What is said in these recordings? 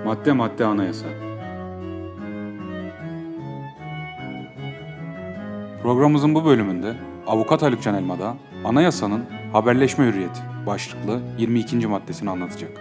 Madde madde anayasa. Programımızın bu bölümünde Avukat Haluk Can Elmadağ, anayasanın haberleşme hürriyeti başlıklı 22. maddesini anlatacak.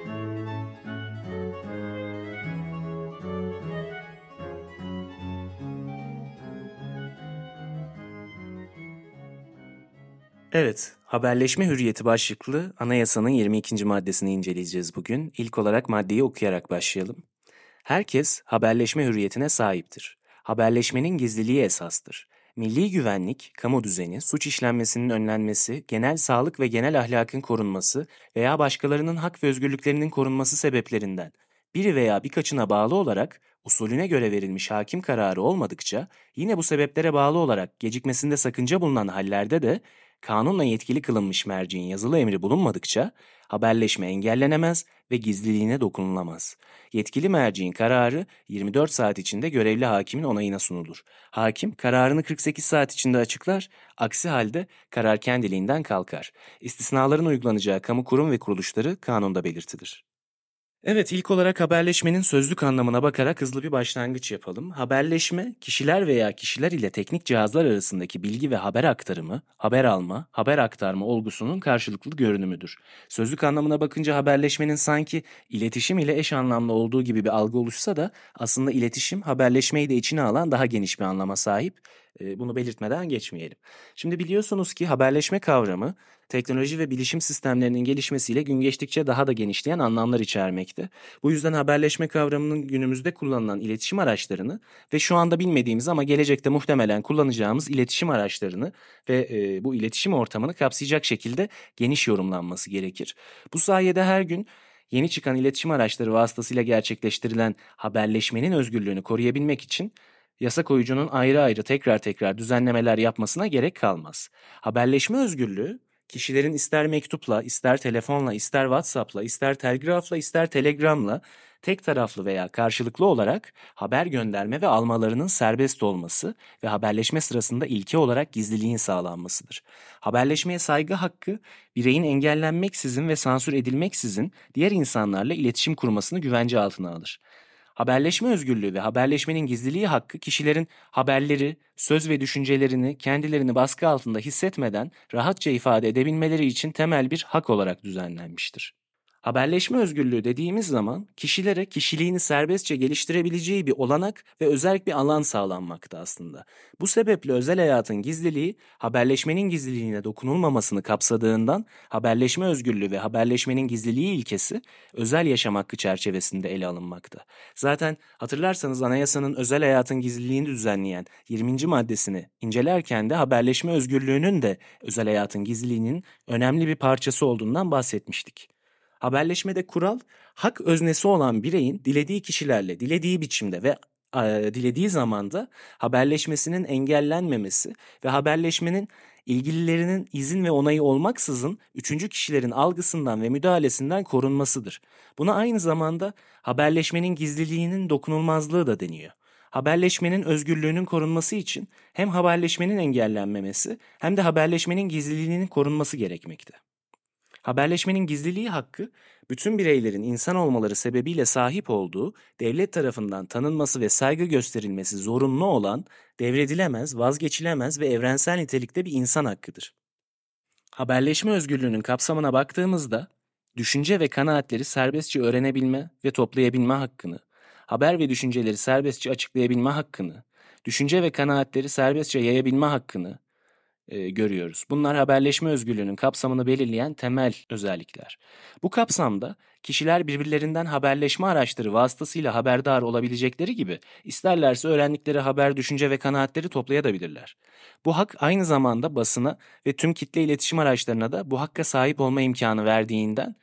Evet, haberleşme hürriyeti başlıklı anayasanın 22. maddesini inceleyeceğiz bugün. İlk olarak maddeyi okuyarak başlayalım. Herkes haberleşme hürriyetine sahiptir. Haberleşmenin gizliliği esastır. Milli güvenlik, kamu düzeni, suç işlenmesinin önlenmesi, genel sağlık ve genel ahlakın korunması veya başkalarının hak ve özgürlüklerinin korunması sebeplerinden biri veya birkaçına bağlı olarak usulüne göre verilmiş hakim kararı olmadıkça, yine bu sebeplere bağlı olarak gecikmesinde sakınca bulunan hallerde de kanunla yetkili kılınmış merciğin yazılı emri bulunmadıkça haberleşme engellenemez ve gizliliğine dokunulamaz. Yetkili merciğin kararı 24 saat içinde görevli hakimin onayına sunulur. Hakim kararını 48 saat içinde açıklar, aksi halde karar kendiliğinden kalkar. İstisnaların uygulanacağı kamu kurum ve kuruluşları kanunda belirtilir. Evet, ilk olarak haberleşmenin sözlük anlamına bakarak hızlı bir başlangıç yapalım. Haberleşme, kişiler veya kişiler ile teknik cihazlar arasındaki bilgi ve haber aktarımı, haber alma, haber aktarma olgusunun karşılıklı görünümüdür. Sözlük anlamına bakınca haberleşmenin sanki iletişim ile eş anlamlı olduğu gibi bir algı oluşsa da aslında iletişim, haberleşmeyi de içine alan daha geniş bir anlama sahip. Bunu belirtmeden geçmeyelim. Şimdi biliyorsunuz ki haberleşme kavramı, teknoloji ve bilişim sistemlerinin gelişmesiyle gün geçtikçe daha da genişleyen anlamlar içermekte. Bu yüzden haberleşme kavramının günümüzde kullanılan iletişim araçlarını ve şu anda bilmediğimiz ama gelecekte muhtemelen kullanacağımız iletişim araçlarını ve bu iletişim ortamını kapsayacak şekilde geniş yorumlanması gerekir. Bu sayede her gün yeni çıkan iletişim araçları vasıtasıyla gerçekleştirilen haberleşmenin özgürlüğünü koruyabilmek için yasa koyucunun ayrı ayrı tekrar düzenlemeler yapmasına gerek kalmaz. Haberleşme özgürlüğü, kişilerin ister mektupla, ister telefonla, ister WhatsApp'la, ister telgrafla, ister telegramla tek taraflı veya karşılıklı olarak haber gönderme ve almalarının serbest olması ve haberleşme sırasında ilke olarak gizliliğin sağlanmasıdır. Haberleşmeye saygı hakkı, bireyin engellenmeksizin ve sansür edilmeksizin diğer insanlarla iletişim kurmasını güvence altına alır. Haberleşme özgürlüğü ve haberleşmenin gizliliği hakkı kişilerin haberleri, söz ve düşüncelerini kendilerini baskı altında hissetmeden rahatça ifade edebilmeleri için temel bir hak olarak düzenlenmiştir. Haberleşme özgürlüğü dediğimiz zaman kişilere kişiliğini serbestçe geliştirebileceği bir olanak ve özerk bir alan sağlanmakta aslında. Bu sebeple özel hayatın gizliliği haberleşmenin gizliliğine dokunulmamasını kapsadığından haberleşme özgürlüğü ve haberleşmenin gizliliği ilkesi özel yaşam hakkı çerçevesinde ele alınmakta. Zaten hatırlarsanız anayasanın özel hayatın gizliliğini düzenleyen 20. maddesini incelerken de haberleşme özgürlüğünün de özel hayatın gizliliğinin önemli bir parçası olduğundan bahsetmiştik. Haberleşmede kural, hak öznesi olan bireyin dilediği kişilerle, dilediği biçimde ve dilediği zamanda haberleşmesinin engellenmemesi ve haberleşmenin ilgililerinin izin ve onayı olmaksızın üçüncü kişilerin algısından ve müdahalesinden korunmasıdır. Buna aynı zamanda haberleşmenin gizliliğinin dokunulmazlığı da deniyor. Haberleşmenin özgürlüğünün korunması için hem haberleşmenin engellenmemesi hem de haberleşmenin gizliliğinin korunması gerekmekte. Haberleşmenin gizliliği hakkı, bütün bireylerin insan olmaları sebebiyle sahip olduğu, devlet tarafından tanınması ve saygı gösterilmesi zorunlu olan, devredilemez, vazgeçilemez ve evrensel nitelikte bir insan hakkıdır. Haberleşme özgürlüğünün kapsamına baktığımızda, düşünce ve kanaatleri serbestçe öğrenebilme ve toplayabilme hakkını, haber ve düşünceleri serbestçe açıklayabilme hakkını, düşünce ve kanaatleri serbestçe yayabilme hakkını, görüyoruz. Bunlar haberleşme özgürlüğünün kapsamını belirleyen temel özellikler. Bu kapsamda kişiler birbirlerinden haberleşme araçları vasıtasıyla haberdar olabilecekleri gibi isterlerse öğrendikleri haber, düşünce ve kanaatleri toplayabilirler. Bu hak aynı zamanda basına ve tüm kitle iletişim araçlarına da bu hakka sahip olma imkanı verdiğinden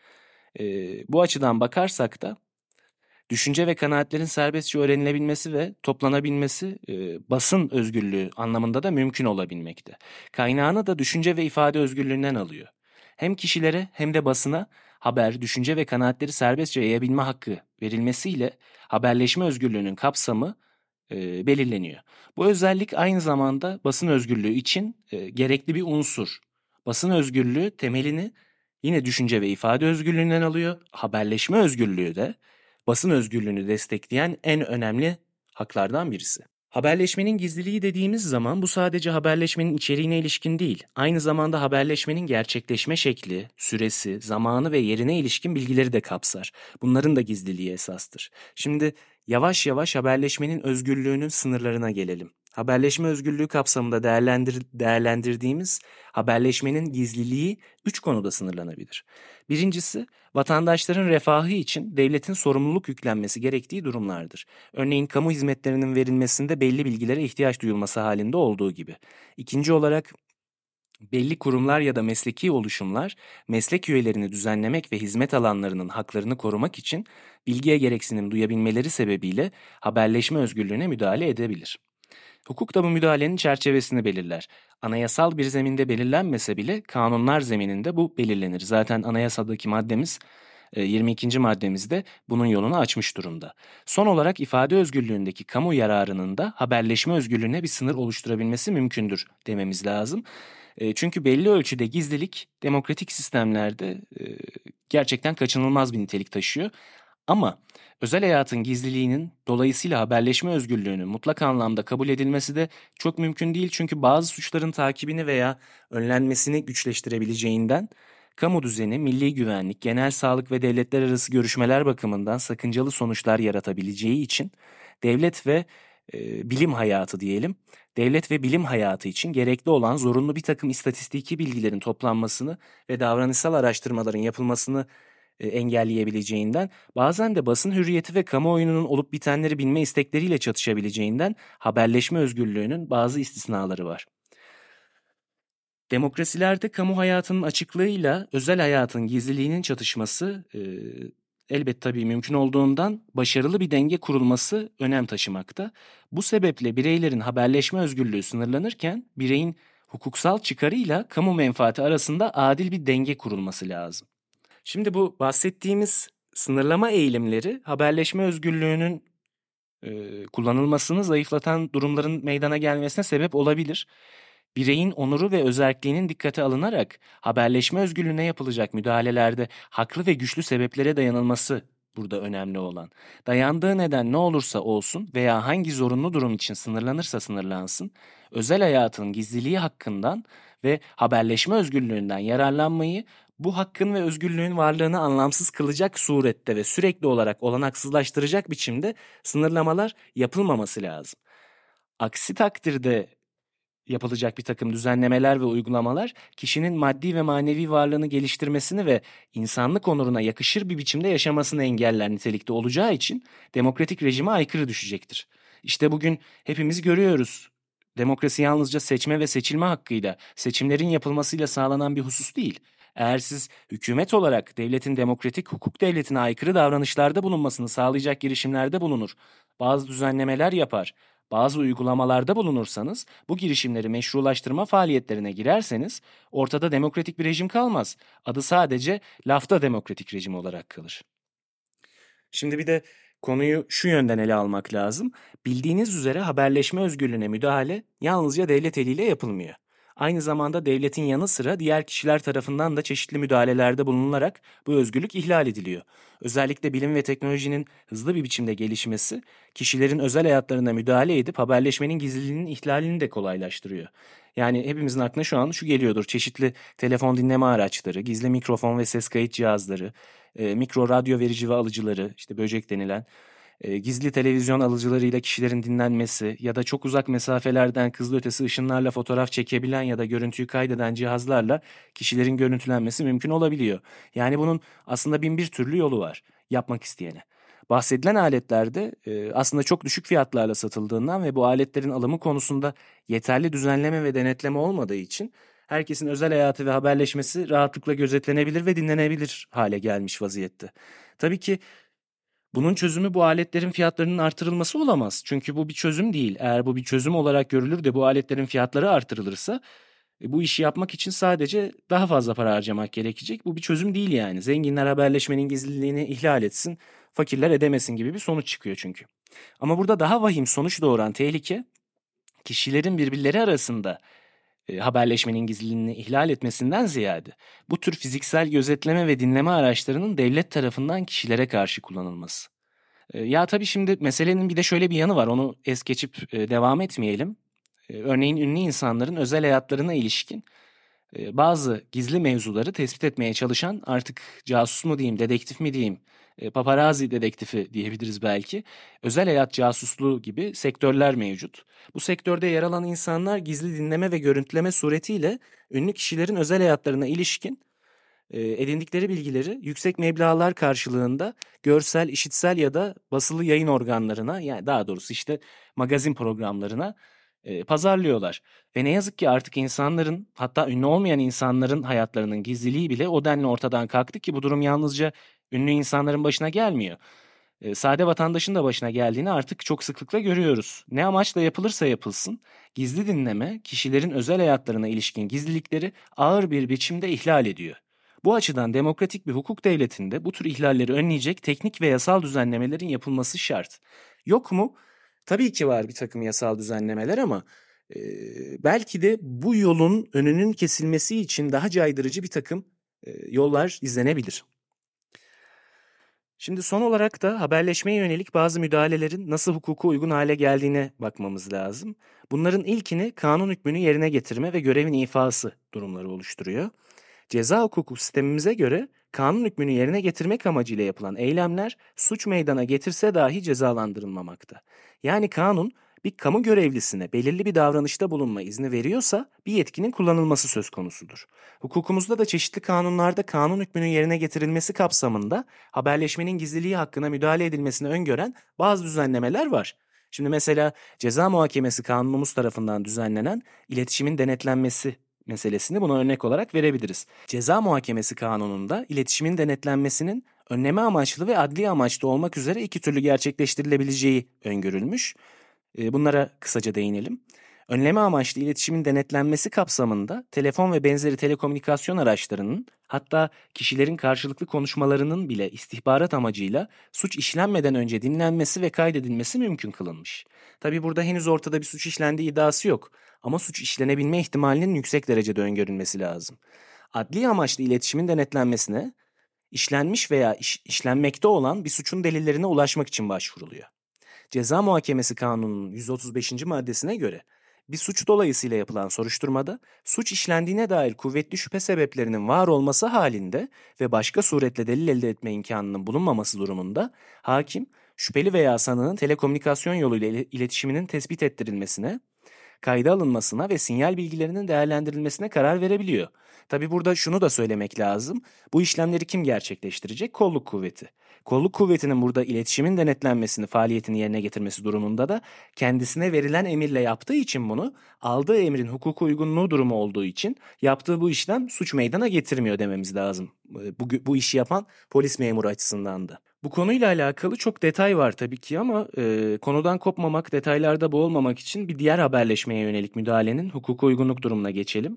bu açıdan bakarsak da düşünce ve kanaatlerin serbestçe öğrenilebilmesi ve toplanabilmesi basın özgürlüğü anlamında da mümkün olabilmekte. Kaynağını da düşünce ve ifade özgürlüğünden alıyor. Hem kişilere hem de basına haber, düşünce ve kanaatleri serbestçe yayabilme hakkı verilmesiyle haberleşme özgürlüğünün kapsamı belirleniyor. Bu özellik aynı zamanda basın özgürlüğü için gerekli bir unsur. Basın özgürlüğü temelini yine düşünce ve ifade özgürlüğünden alıyor. Haberleşme özgürlüğü de basın özgürlüğünü destekleyen en önemli haklardan birisi. Haberleşmenin gizliliği dediğimiz zaman bu sadece haberleşmenin içeriğine ilişkin değil, aynı zamanda haberleşmenin gerçekleşme şekli, süresi, zamanı ve yerine ilişkin bilgileri de kapsar. Bunların da gizliliği esastır. Şimdi yavaş yavaş haberleşmenin özgürlüğünün sınırlarına gelelim. Haberleşme özgürlüğü kapsamında değerlendirdiğimiz haberleşmenin gizliliği 3 konuda sınırlanabilir. Birincisi, vatandaşların refahı için devletin sorumluluk yüklenmesi gerektiği durumlardır. Örneğin kamu hizmetlerinin verilmesinde belli bilgilere ihtiyaç duyulması halinde olduğu gibi. İkinci olarak belli kurumlar ya da mesleki oluşumlar meslek üyelerini düzenlemek ve hizmet alanlarının haklarını korumak için bilgiye gereksinim duyabilmeleri sebebiyle haberleşme özgürlüğüne müdahale edebilir. Hukuk da bu müdahalenin çerçevesini belirler. Anayasal bir zeminde belirlenmese bile kanunlar zemininde bu belirlenir. Zaten anayasadaki maddemiz 22. maddemizde bunun yolunu açmış durumda. Son olarak ifade özgürlüğündeki kamu yararının da haberleşme özgürlüğüne bir sınır oluşturabilmesi mümkündür dememiz lazım. Çünkü belli ölçüde gizlilik demokratik sistemlerde gerçekten kaçınılmaz bir nitelik taşıyor. Ama özel hayatın gizliliğinin dolayısıyla haberleşme özgürlüğünün mutlak anlamda kabul edilmesi de çok mümkün değil. Çünkü bazı suçların takibini veya önlenmesini güçleştirebileceğinden kamu düzeni, milli güvenlik, genel sağlık ve devletler arası görüşmeler bakımından sakıncalı sonuçlar yaratabileceği için devlet ve bilim hayatı diyelim, devlet ve bilim hayatı için gerekli olan zorunlu bir takım istatistiki bilgilerin toplanmasını ve davranışsal araştırmaların yapılmasını engelleyebileceğinden, bazen de basın hürriyeti ve kamuoyunun olup bitenleri bilme istekleriyle çatışabileceğinden haberleşme özgürlüğünün bazı istisnaları var. Demokrasilerde kamu hayatının açıklığıyla özel hayatın gizliliğinin çatışması elbette tabii mümkün olduğundan başarılı bir denge kurulması önem taşımakta. Bu sebeple bireylerin haberleşme özgürlüğü sınırlanırken bireyin hukuksal çıkarıyla kamu menfaati arasında adil bir denge kurulması lazım. Şimdi bu bahsettiğimiz sınırlama eğilimleri haberleşme özgürlüğünün kullanılmasını zayıflatan durumların meydana gelmesine sebep olabilir. Bireyin onuru ve özerkliğinin dikkate alınarak haberleşme özgürlüğüne yapılacak müdahalelerde haklı ve güçlü sebeplere dayanılması burada önemli olan. Dayandığı neden ne olursa olsun veya hangi zorunlu durum için sınırlanırsa sınırlansın, özel hayatın gizliliği hakkından ve haberleşme özgürlüğünden yararlanmayı bu hakkın ve özgürlüğün varlığını anlamsız kılacak surette ve sürekli olarak olanaksızlaştıracak biçimde sınırlamalar yapılmaması lazım. Aksi takdirde yapılacak bir takım düzenlemeler ve uygulamalar kişinin maddi ve manevi varlığını geliştirmesini ve insanlık onuruna yakışır bir biçimde yaşamasını engeller nitelikte olacağı için demokratik rejime aykırı düşecektir. İşte bugün hepimiz görüyoruz. Demokrasi yalnızca seçme ve seçilme hakkıyla, seçimlerin yapılmasıyla sağlanan bir husus değil. Eğer siz hükümet olarak devletin demokratik hukuk devletine aykırı davranışlarda bulunmasını sağlayacak girişimlerde bulunur, bazı düzenlemeler yapar, bazı uygulamalarda bulunursanız, bu girişimleri meşrulaştırma faaliyetlerine girerseniz ortada demokratik bir rejim kalmaz. Adı sadece lafta demokratik rejim olarak kalır. Şimdi bir de konuyu şu yönden ele almak lazım. Bildiğiniz üzere haberleşme özgürlüğüne müdahale yalnızca devlet eliyle yapılmıyor. Aynı zamanda devletin yanı sıra diğer kişiler tarafından da çeşitli müdahalelerde bulunularak bu özgürlük ihlal ediliyor. Özellikle bilim ve teknolojinin hızlı bir biçimde gelişmesi, kişilerin özel hayatlarına müdahale edip haberleşmenin gizliliğinin ihlalini de kolaylaştırıyor. Yani hepimizin aklına şu an şu geliyordur: çeşitli telefon dinleme araçları, gizli mikrofon ve ses kayıt cihazları, mikro radyo verici ve alıcıları, işte böcek denilen, gizli televizyon alıcılarıyla kişilerin dinlenmesi ya da çok uzak mesafelerden kızılötesi ışınlarla fotoğraf çekebilen ya da görüntüyü kaydeden cihazlarla kişilerin görüntülenmesi mümkün olabiliyor. Yani bunun aslında bin bir türlü yolu var yapmak isteyene. Bahsedilen aletlerde aslında çok düşük fiyatlarla satıldığından ve bu aletlerin alımı konusunda yeterli düzenleme ve denetleme olmadığı için herkesin özel hayatı ve haberleşmesi rahatlıkla gözetlenebilir ve dinlenebilir hale gelmiş vaziyette. Tabii ki bunun çözümü bu aletlerin fiyatlarının artırılması olamaz. Çünkü bu bir çözüm değil. Eğer bu bir çözüm olarak görülür de bu aletlerin fiyatları artırılırsa bu işi yapmak için sadece daha fazla para harcamak gerekecek. Bu bir çözüm değil yani. Zenginler haberleşmenin gizliliğini ihlal etsin, fakirler edemesin gibi bir sonuç çıkıyor çünkü. Ama burada daha vahim sonuç doğuran tehlike, kişilerin birbirleri arasında haberleşmenin gizliliğini ihlal etmesinden ziyade bu tür fiziksel gözetleme ve dinleme araçlarının devlet tarafından kişilere karşı kullanılması. Ya tabii şimdi meselenin bir de şöyle bir yanı var. Onu es geçip devam etmeyelim. Örneğin ünlü insanların özel hayatlarına ilişkin bazı gizli mevzuları tespit etmeye çalışan artık casus mu diyeyim, dedektif mi diyeyim, paparazzi dedektifi diyebiliriz belki. Özel hayat casusluğu gibi sektörler mevcut. Bu sektörde yer alan insanlar gizli dinleme ve görüntüleme suretiyle ünlü kişilerin özel hayatlarına ilişkin edindikleri bilgileri yüksek meblağlar karşılığında görsel, işitsel ya da basılı yayın organlarına, yani daha doğrusu işte magazin programlarına pazarlıyorlar. Ve ne yazık ki artık insanların, hatta ünlü olmayan insanların hayatlarının gizliliği bile o denli ortadan kalktı ki bu durum yalnızca ünlü insanların başına gelmiyor. Sade vatandaşın da başına geldiğini artık çok sıklıkla görüyoruz. Ne amaçla yapılırsa yapılsın, gizli dinleme kişilerin özel hayatlarına ilişkin gizlilikleri ağır bir biçimde ihlal ediyor. Bu açıdan demokratik bir hukuk devletinde bu tür ihlalleri önleyecek teknik ve yasal düzenlemelerin yapılması şart. Yok mu? Tabii ki var bir takım yasal düzenlemeler ama belki de bu yolun önünün kesilmesi için daha caydırıcı bir takım yollar izlenebilir. Şimdi son olarak da haberleşmeye yönelik bazı müdahalelerin nasıl hukuka uygun hale geldiğine bakmamız lazım. Bunların ilkini kanun hükmünü yerine getirme ve görevin ifası durumları oluşturuyor. Ceza hukuku sistemimize göre kanun hükmünü yerine getirmek amacıyla yapılan eylemler suç meydana getirse dahi cezalandırılmamakta. Yani kanun bir kamu görevlisine belirli bir davranışta bulunma izni veriyorsa bir yetkinin kullanılması söz konusudur. Hukukumuzda da çeşitli kanunlarda kanun hükmünün yerine getirilmesi kapsamında haberleşmenin gizliliği hakkına müdahale edilmesini öngören bazı düzenlemeler var. Şimdi mesela Ceza Muhakemesi Kanunumuz tarafından düzenlenen iletişimin denetlenmesi meselesini buna örnek olarak verebiliriz. Ceza Muhakemesi Kanunu'nda iletişimin denetlenmesinin önleme amaçlı ve adli amaçlı olmak üzere iki türlü gerçekleştirilebileceği öngörülmüş. Bunlara kısaca değinelim. Önleme amaçlı iletişimin denetlenmesi kapsamında telefon ve benzeri telekomünikasyon araçlarının, hatta kişilerin karşılıklı konuşmalarının bile istihbarat amacıyla suç işlenmeden önce dinlenmesi ve kaydedilmesi mümkün kılınmış. Tabi burada henüz ortada bir suç işlendiği iddiası yok ama suç işlenebilme ihtimalinin yüksek derecede öngörülmesi lazım. Adli amaçlı iletişimin denetlenmesine işlenmiş veya işlenmekte olan bir suçun delillerine ulaşmak için başvuruluyor. Ceza Muhakemesi Kanunu'nun 135. maddesine göre bir suç dolayısıyla yapılan soruşturmada suç işlendiğine dair kuvvetli şüphe sebeplerinin var olması halinde ve başka suretle delil elde etme imkanının bulunmaması durumunda hakim şüpheli veya sanığın telekomünikasyon yoluyla iletişiminin tespit ettirilmesine, kayda alınmasına ve sinyal bilgilerinin değerlendirilmesine karar verebiliyor. Tabi burada şunu da söylemek lazım. Bu işlemleri kim gerçekleştirecek? Kolluk kuvveti. Kolluk kuvvetinin burada iletişimin denetlenmesini, faaliyetini yerine getirmesi durumunda da kendisine verilen emirle yaptığı için bunu, aldığı emrin hukuka uygunluğu durumu olduğu için yaptığı bu işlem suç meydana getirmiyor dememiz lazım. Bu işi yapan polis memuru açısından da. Bu konuyla alakalı çok detay var tabii ki ama konudan kopmamak, detaylarda boğulmamak için bir diğer haberleşmeye yönelik müdahalenin hukuka uygunluk durumuna geçelim.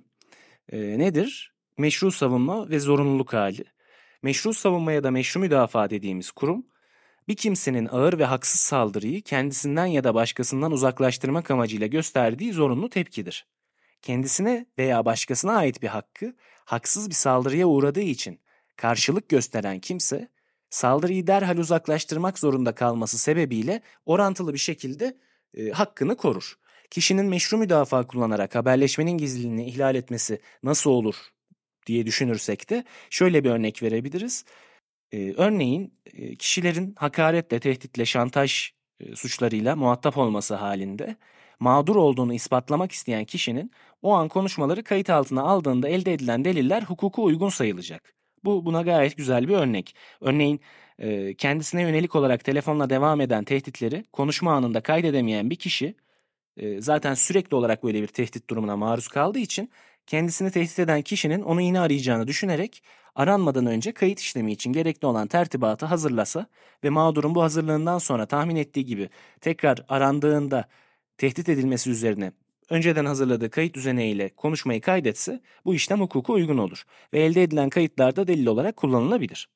Nedir? Meşru savunma ve zorunluluk hali. Meşru savunma ya da meşru müdafaa dediğimiz kurum, bir kimsenin ağır ve haksız saldırıyı kendisinden ya da başkasından uzaklaştırmak amacıyla gösterdiği zorunlu tepkidir. Kendisine veya başkasına ait bir hakkı, haksız bir saldırıya uğradığı için karşılık gösteren kimse, saldırıyı derhal uzaklaştırmak zorunda kalması sebebiyle orantılı bir şekilde hakkını korur. Kişinin meşru müdafaa kullanarak haberleşmenin gizliliğini ihlal etmesi nasıl olur diye düşünürsek de şöyle bir örnek verebiliriz. Örneğin kişilerin hakaretle, tehditle, şantaj suçlarıyla muhatap olması halinde mağdur olduğunu ispatlamak isteyen kişinin o an konuşmaları kayıt altına aldığında elde edilen deliller hukuka uygun sayılacak. Buna gayet güzel bir örnek. Örneğin kendisine yönelik olarak telefonla devam eden tehditleri konuşma anında kaydedemeyen bir kişi zaten sürekli olarak böyle bir tehdit durumuna maruz kaldığı için kendisini tehdit eden kişinin onu yine arayacağını düşünerek aranmadan önce kayıt işlemi için gerekli olan tertibatı hazırlasa ve mağdurun bu hazırlığından sonra tahmin ettiği gibi tekrar arandığında tehdit edilmesi üzerine önceden hazırladığı kayıt düzeneğiyle konuşmayı kaydetse bu işlem hukuka uygun olur ve elde edilen kayıtlar da delil olarak kullanılabilir.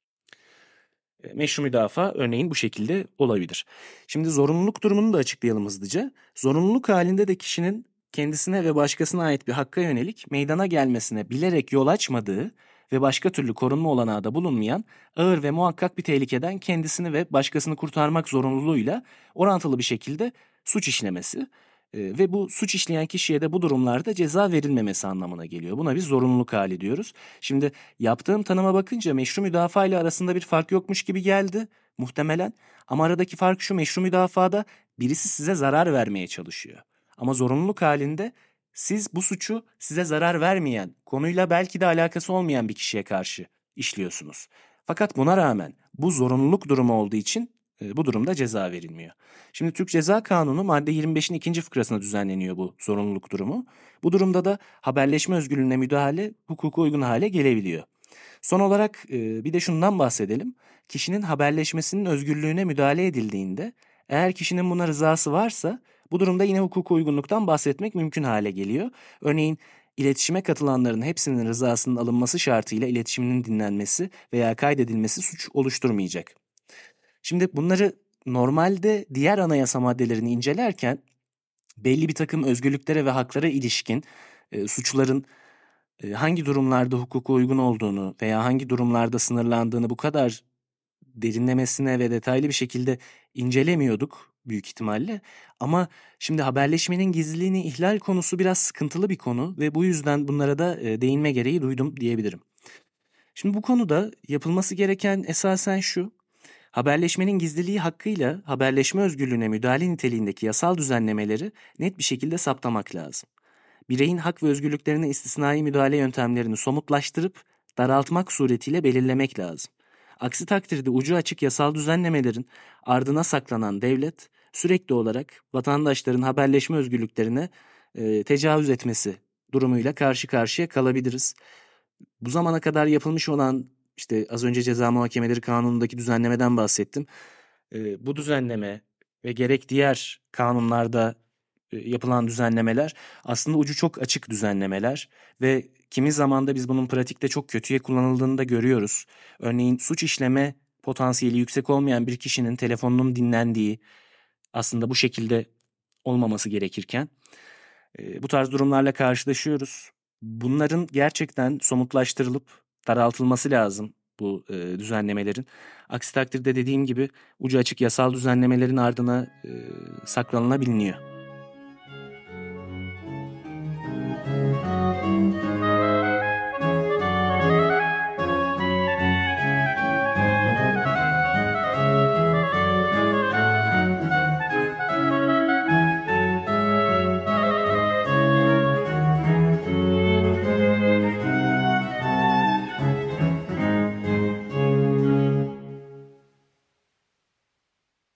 Meşru müdafaa örneğin bu şekilde olabilir. Şimdi zorunluluk durumunu da açıklayalım hızlıca. Zorunluluk halinde de kişinin kendisine ve başkasına ait bir hakka yönelik meydana gelmesine bilerek yol açmadığı ve başka türlü korunma olanağı da bulunmayan ağır ve muhakkak bir tehlikeden kendisini ve başkasını kurtarmak zorunluluğuyla orantılı bir şekilde suç işlemesi. Ve bu suç işleyen kişiye de bu durumlarda ceza verilmemesi anlamına geliyor. Buna biz zorunluluk hali diyoruz. Şimdi yaptığım tanıma bakınca meşru müdafaa ile arasında bir fark yokmuş gibi geldi muhtemelen. Ama aradaki fark şu: meşru müdafaada birisi size zarar vermeye çalışıyor. Ama zorunluluk halinde siz bu suçu size zarar vermeyen, konuyla belki de alakası olmayan bir kişiye karşı işliyorsunuz. Fakat buna rağmen bu zorunluluk durumu olduğu için bu durumda ceza verilmiyor. Şimdi Türk Ceza Kanunu madde 25'in ikinci fıkrasına düzenleniyor bu zorunluluk durumu. Bu durumda da haberleşme özgürlüğüne müdahale hukuka uygun hale gelebiliyor. Son olarak bir de şundan bahsedelim. Kişinin haberleşmesinin özgürlüğüne müdahale edildiğinde eğer kişinin buna rızası varsa bu durumda yine hukuka uygunluktan bahsetmek mümkün hale geliyor. Örneğin iletişime katılanların hepsinin rızasının alınması şartıyla iletişiminin dinlenmesi veya kaydedilmesi suç oluşturmayacak. Şimdi bunları normalde diğer anayasa maddelerini incelerken belli bir takım özgürlüklere ve haklara ilişkin suçların hangi durumlarda hukuka uygun olduğunu veya hangi durumlarda sınırlandığını bu kadar derinlemesine ve detaylı bir şekilde incelemiyorduk büyük ihtimalle. Ama şimdi haberleşmenin gizliliğini ihlal konusu biraz sıkıntılı bir konu ve bu yüzden bunlara da değinme gereği duydum diyebilirim. Şimdi bu konuda yapılması gereken esasen şu: haberleşmenin gizliliği hakkıyla haberleşme özgürlüğüne müdahale niteliğindeki yasal düzenlemeleri net bir şekilde saptamak lazım. Bireyin hak ve özgürlüklerine istisnai müdahale yöntemlerini somutlaştırıp daraltmak suretiyle belirlemek lazım. Aksi takdirde ucu açık yasal düzenlemelerin ardına saklanan devlet sürekli olarak vatandaşların haberleşme özgürlüklerine tecavüz etmesi durumuyla karşı karşıya kalabiliriz. Bu zamana kadar yapılmış olan işte az önce Ceza Muhakemeleri Kanunu'ndaki düzenlemeden bahsettim. Bu düzenleme ve gerek diğer kanunlarda yapılan düzenlemeler aslında ucu çok açık düzenlemeler ve kimi zaman da biz bunun pratikte çok kötüye kullanıldığını da görüyoruz. Örneğin suç işleme potansiyeli yüksek olmayan bir kişinin telefonunun dinlendiği, aslında bu şekilde olmaması gerekirken bu tarz durumlarla karşılaşıyoruz. Bunların gerçekten somutlaştırılıp daraltılması lazım bu düzenlemelerin. Aksi takdirde dediğim gibi ucu açık yasal düzenlemelerin ardına saklanılabiliyor.